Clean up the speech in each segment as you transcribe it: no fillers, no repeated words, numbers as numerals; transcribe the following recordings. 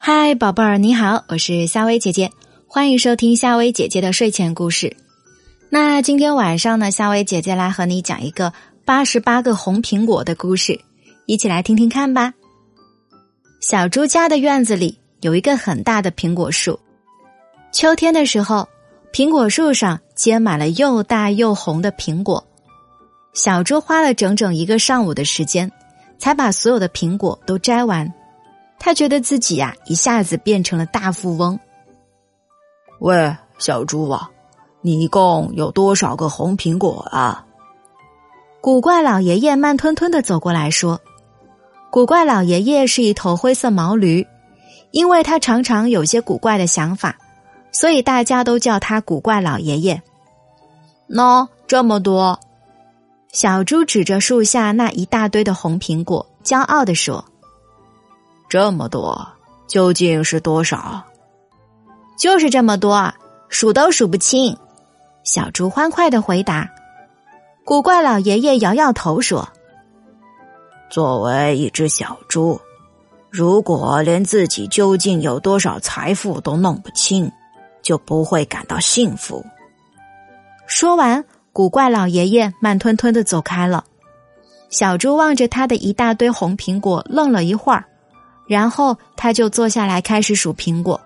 嗨，宝贝儿，你好，我是夏薇姐姐，欢迎收听夏薇姐姐的睡前故事。那今天晚上呢，夏薇姐姐来和你讲一个88个红苹果的故事，一起来听听看吧。小猪家的院子里有一个很大的苹果树，秋天的时候，苹果树上结满了又大又红的苹果。小猪花了整整1个上午的时间，才把所有的苹果都摘完。他觉得自己一下子变成了大富翁。 喂，小猪啊，你一共有多少个红苹果啊？ 古怪老爷爷慢吞吞地走过来说。古怪老爷爷是一头灰色毛驴，因为他常常有些古怪的想法，所以大家都叫他古怪老爷爷。 喏，这么多。 小猪指着树下那一大堆的红苹果，骄傲地说。 这么多，究竟是多少？ 就是这么多，数都数不清。小猪欢快地回答。古怪老爷爷摇摇头说。 作为一只小猪，如果连自己究竟有多少财富都弄不清，就不会感到幸福。 说完，古怪老爷爷慢吞吞地走开了。小猪望着他的一大堆红苹果，愣了一会儿。然后他就坐下来开始数苹果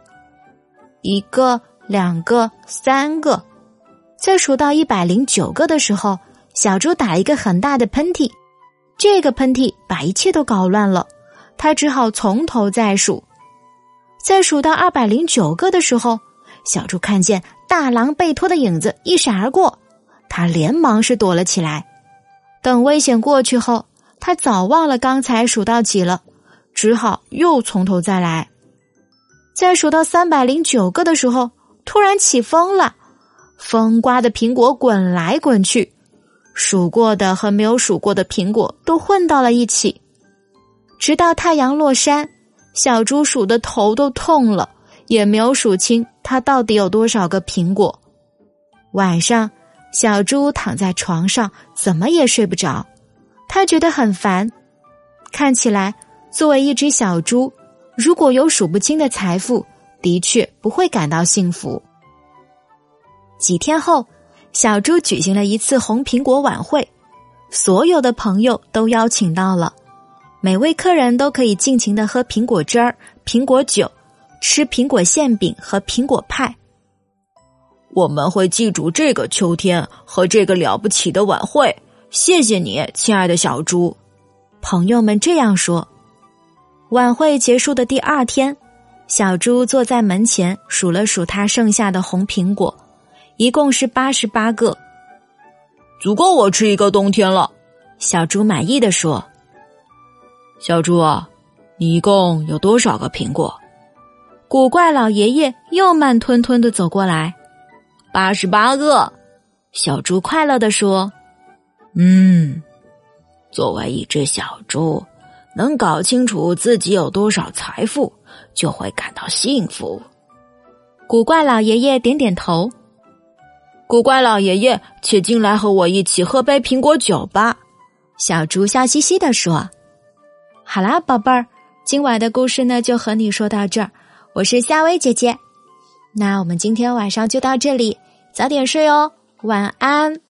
，1个、2个、3个，在数到109个的时候，小猪打了一个很大的喷嚏，这个喷嚏把一切都搞乱了，他只好从头再数。在数到209个的时候，小猪看见大狼贝托的影子一闪而过，他连忙是躲了起来。等危险过去后，他早忘了刚才数到几了，只好又从头再来。在数到309个的时候，突然起风了，风刮的苹果滚来滚去，数过的和没有数过的苹果都混到了一起。直到太阳落山，小猪数的头都痛了，也没有数清它到底有多少个苹果。晚上，小猪躺在床上，怎么也睡不着，他觉得很烦。看起来作为一只小猪，如果有数不清的财富，的确不会感到幸福。几天后，小猪举行了一次红苹果晚会，所有的朋友都邀请到了，每位客人都可以尽情地喝苹果汁儿、苹果酒，吃苹果馅饼和苹果派。 我们会记住这个秋天和这个了不起的晚会，谢谢你，亲爱的小猪。 朋友们这样说。晚会结束的第2天，小猪坐在门前数了数他剩下的红苹果，一共是88个。 足够我吃1个冬天了， 小猪满意地说。 小猪啊，你一共有多少个苹果？ 古怪老爷爷又慢吞吞地走过来。 88个， 小猪快乐地说。 作为一只小猪，能搞清楚自己有多少财富，就会感到幸福。 古怪老爷爷点点头。 古怪老爷爷，且进来和我一起喝杯苹果酒吧。 小猪笑嘻嘻地说。好啦，宝贝儿，今晚的故事呢就和你说到这儿，我是夏薇姐姐。那我们今天晚上就到这里，早点睡哦，晚安。